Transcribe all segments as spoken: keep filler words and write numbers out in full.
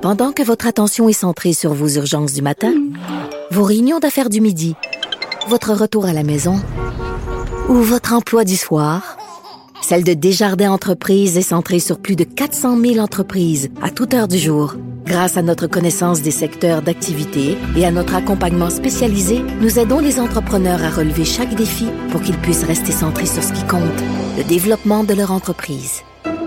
Pendant que votre attention est centrée sur vos urgences du matin, vos réunions d'affaires du midi, votre retour à la maison ou votre emploi du soir, celle de Desjardins Entreprises est centrée sur plus de quatre cent mille entreprises à toute heure du jour. Grâce à notre connaissance des secteurs d'activité et à notre accompagnement spécialisé, nous aidons les entrepreneurs à relever chaque défi pour qu'ils puissent rester centrés sur ce qui compte, le développement de leur entreprise.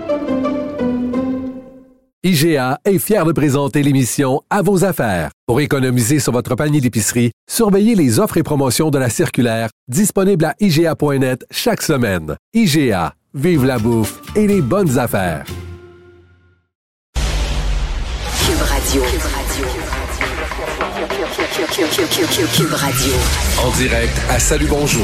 I G A est fier de présenter l'émission À vos affaires. Pour économiser sur votre panier d'épicerie, surveillez les offres et promotions de la circulaire disponible à I G A point net chaque semaine. I G A, vive la bouffe et les bonnes affaires. Cube Radio. Cube Radio. En direct à Salut Bonjour.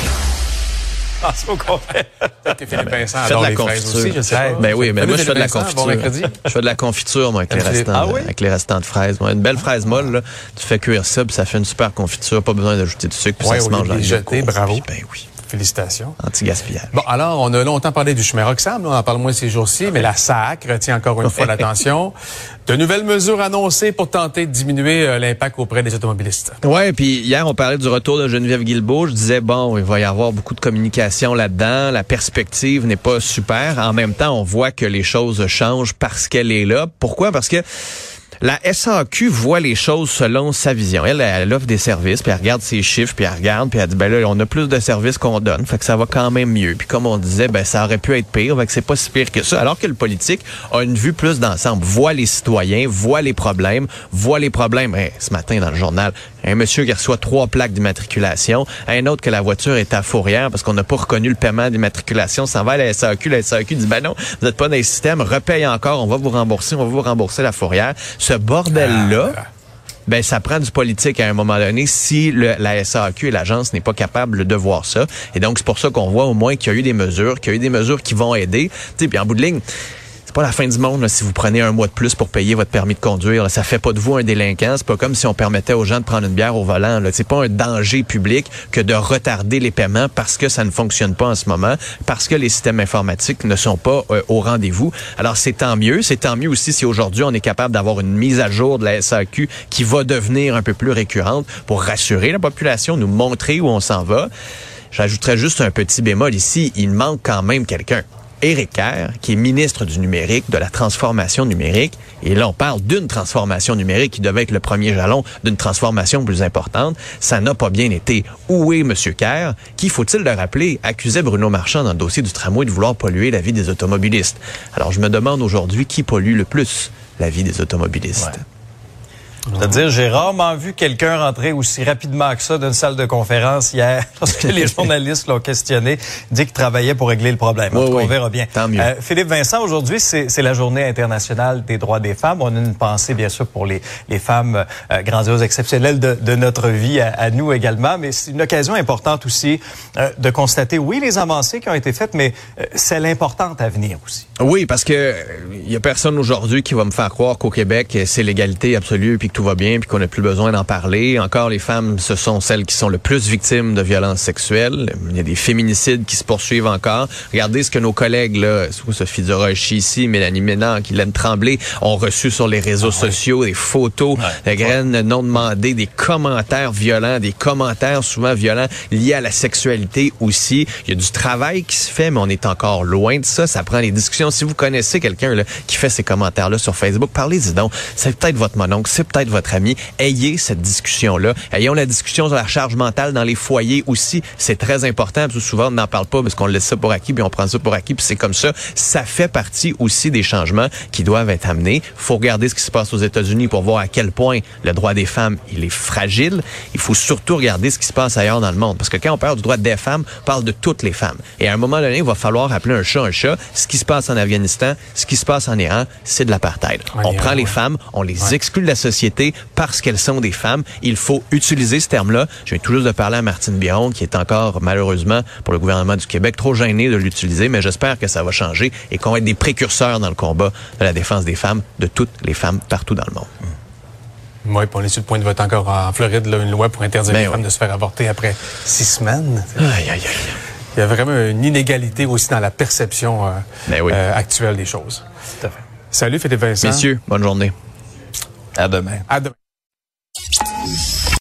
Ah, c'est au contraire. T'es Philippe Vincent, Fais de la confiture. Aussi, je sais pas. Ben oui, mais Salut moi, je fais de la Vincent, confiture. Bon mercredi. Je fais de la confiture, moi, avec les restants, Ah oui? avec les restants de fraises. Moi, une belle fraise molle, là, tu fais cuire ça, puis ça fait une super confiture. Pas besoin d'ajouter du sucre, puis Ouais, ça se oui, mange dans les le jeter, cours. bravo. Puis, ben oui. Félicitations. Anti-gaspillage. Bon, alors, on a longtemps parlé du chemin Roxham, là, on en parle moins ces jours-ci, mais la S A C retient encore une fois l'attention. De nouvelles mesures annoncées pour tenter de diminuer euh, l'impact auprès des automobilistes. Ouais, puis hier, on parlait du retour de Geneviève Guilbeault. Je disais, bon, il va y avoir beaucoup de communication là-dedans. La perspective n'est pas super. En même temps, on voit que les choses changent parce qu'elle est là. Pourquoi? Parce que la S A Q voit les choses selon sa vision. Elle, elle offre des services, puis elle regarde ses chiffres, puis elle regarde, puis elle dit, ben là, on a plus de services qu'on donne, fait que ça va quand même mieux. Puis comme on disait, ben ça aurait pu être pire, fait que c'est pas si pire que ça. Alors que le politique a une vue plus d'ensemble, voit les citoyens, voit les problèmes, voit les problèmes. Hey, ce matin, dans le journal, un monsieur qui reçoit trois plaques d'immatriculation, un autre que la voiture est à fourrière parce qu'on n'a pas reconnu le paiement d'immatriculation, s'en va à la S A Q, la S A Q dit, ben non, vous n'êtes pas dans les systèmes, repaye encore, on va vous rembourser, on va vous rembourser la fourrière. Ce bordel-là, ah. ben ça prend du politique à un moment donné si le, la S A Q et l'agence n'est pas capable de voir ça. Et donc, c'est pour ça qu'on voit au moins qu'il y a eu des mesures, qu'il y a eu des mesures qui vont aider. Tu sais, puis en bout de ligne, c'est pas la fin du monde là, si vous prenez un mois de plus pour payer votre permis de conduire. Là, ça fait pas de vous un délinquant. C'est pas comme si on permettait aux gens de prendre une bière au volant. Là. C'est pas un danger public que de retarder les paiements parce que ça ne fonctionne pas en ce moment, parce que les systèmes informatiques ne sont pas euh, au rendez-vous. Alors, c'est tant mieux. C'est tant mieux aussi si aujourd'hui, on est capable d'avoir une mise à jour de la S A Q qui va devenir un peu plus récurrente pour rassurer la population, nous montrer où on s'en va. J'ajouterais juste un petit bémol ici. Il manque quand même quelqu'un. Éric Kerr, qui est ministre du numérique, de la transformation numérique. Et là, on parle d'une transformation numérique qui devait être le premier jalon d'une transformation plus importante. Ça n'a pas bien été. Où est M. Kerr, qui, faut-il le rappeler, accusait Bruno Marchand dans le dossier du tramway de vouloir polluer la vie des automobilistes? Alors, je me demande aujourd'hui qui pollue le plus la vie des automobilistes. Ouais. C'est-à-dire, j'ai rarement vu quelqu'un rentrer aussi rapidement que ça d'une salle de conférence hier, lorsque les journalistes l'ont questionné, dit qu'il travaillait pour régler le problème. Oui, oui. On verra bien. Tant mieux. Euh, Philippe Vincent, aujourd'hui, c'est, c'est la journée internationale des droits des femmes. On a une pensée, bien sûr, pour les, les femmes euh, grandioses, exceptionnelles de, de notre vie, à, à nous également, mais c'est une occasion importante aussi euh, de constater, oui, les avancées qui ont été faites, mais euh, celle importante à venir aussi. Oui, parce que il y a personne aujourd'hui qui va me faire croire qu'au Québec, c'est l'égalité absolue, puis tout va bien, puis qu'on n'a plus besoin d'en parler. Encore, les femmes, ce sont celles qui sont le plus victimes de violences sexuelles. Il y a des féminicides qui se poursuivent encore. Regardez ce que nos collègues, là, Sophie Durocher ici, Mélanie Ménard, Guylaine Tremblay, ont reçu sur les réseaux ah, sociaux, oui. Des photos ouais. de graines ouais. non demandées, des commentaires violents, des commentaires souvent violents liés à la sexualité aussi. Il y a du travail qui se fait, mais on est encore loin de ça. Ça prend les discussions. Si vous connaissez quelqu'un là, qui fait ces commentaires-là sur Facebook, parlez-y donc. C'est peut-être votre mononcle, c'est peut-être votre ami. Ayez cette discussion-là. Ayons la discussion sur la charge mentale dans les foyers aussi. C'est très important. Parce que souvent, on n'en parle pas parce qu'on laisse ça pour acquis, puis on prend ça pour acquis, puis c'est comme ça. Ça fait partie aussi des changements qui doivent être amenés. Il faut regarder ce qui se passe aux États-Unis pour voir à quel point le droit des femmes, il est fragile. Il faut surtout regarder ce qui se passe ailleurs dans le monde. Parce que quand on parle du droit des femmes, on parle de toutes les femmes. Et à un moment donné, il va falloir appeler un chat un chat. Ce qui se passe en Afghanistan, ce qui se passe en Iran, c'est de l'apartheid. Ouais, on prend ouais. les femmes, on les ouais. exclut de la société parce qu'elles sont des femmes. Il faut utiliser ce terme-là. Je viens tout juste de parler à Martine Biron, qui est encore, malheureusement, pour le gouvernement du Québec, trop gênée de l'utiliser, mais j'espère que ça va changer et qu'on va être des précurseurs dans le combat de la défense des femmes, de toutes les femmes partout dans le monde. Oui, puis on est sur le point de voter encore en Floride, là, une loi pour interdire ben les oui. femmes de se faire avorter après six semaines. Aïe, aïe, aïe. Il y a vraiment une inégalité aussi dans la perception euh, ben oui. euh, actuelle des choses. Tout à fait. Salut Philippe Vincent. Messieurs, bonne journée. À demain. À demain.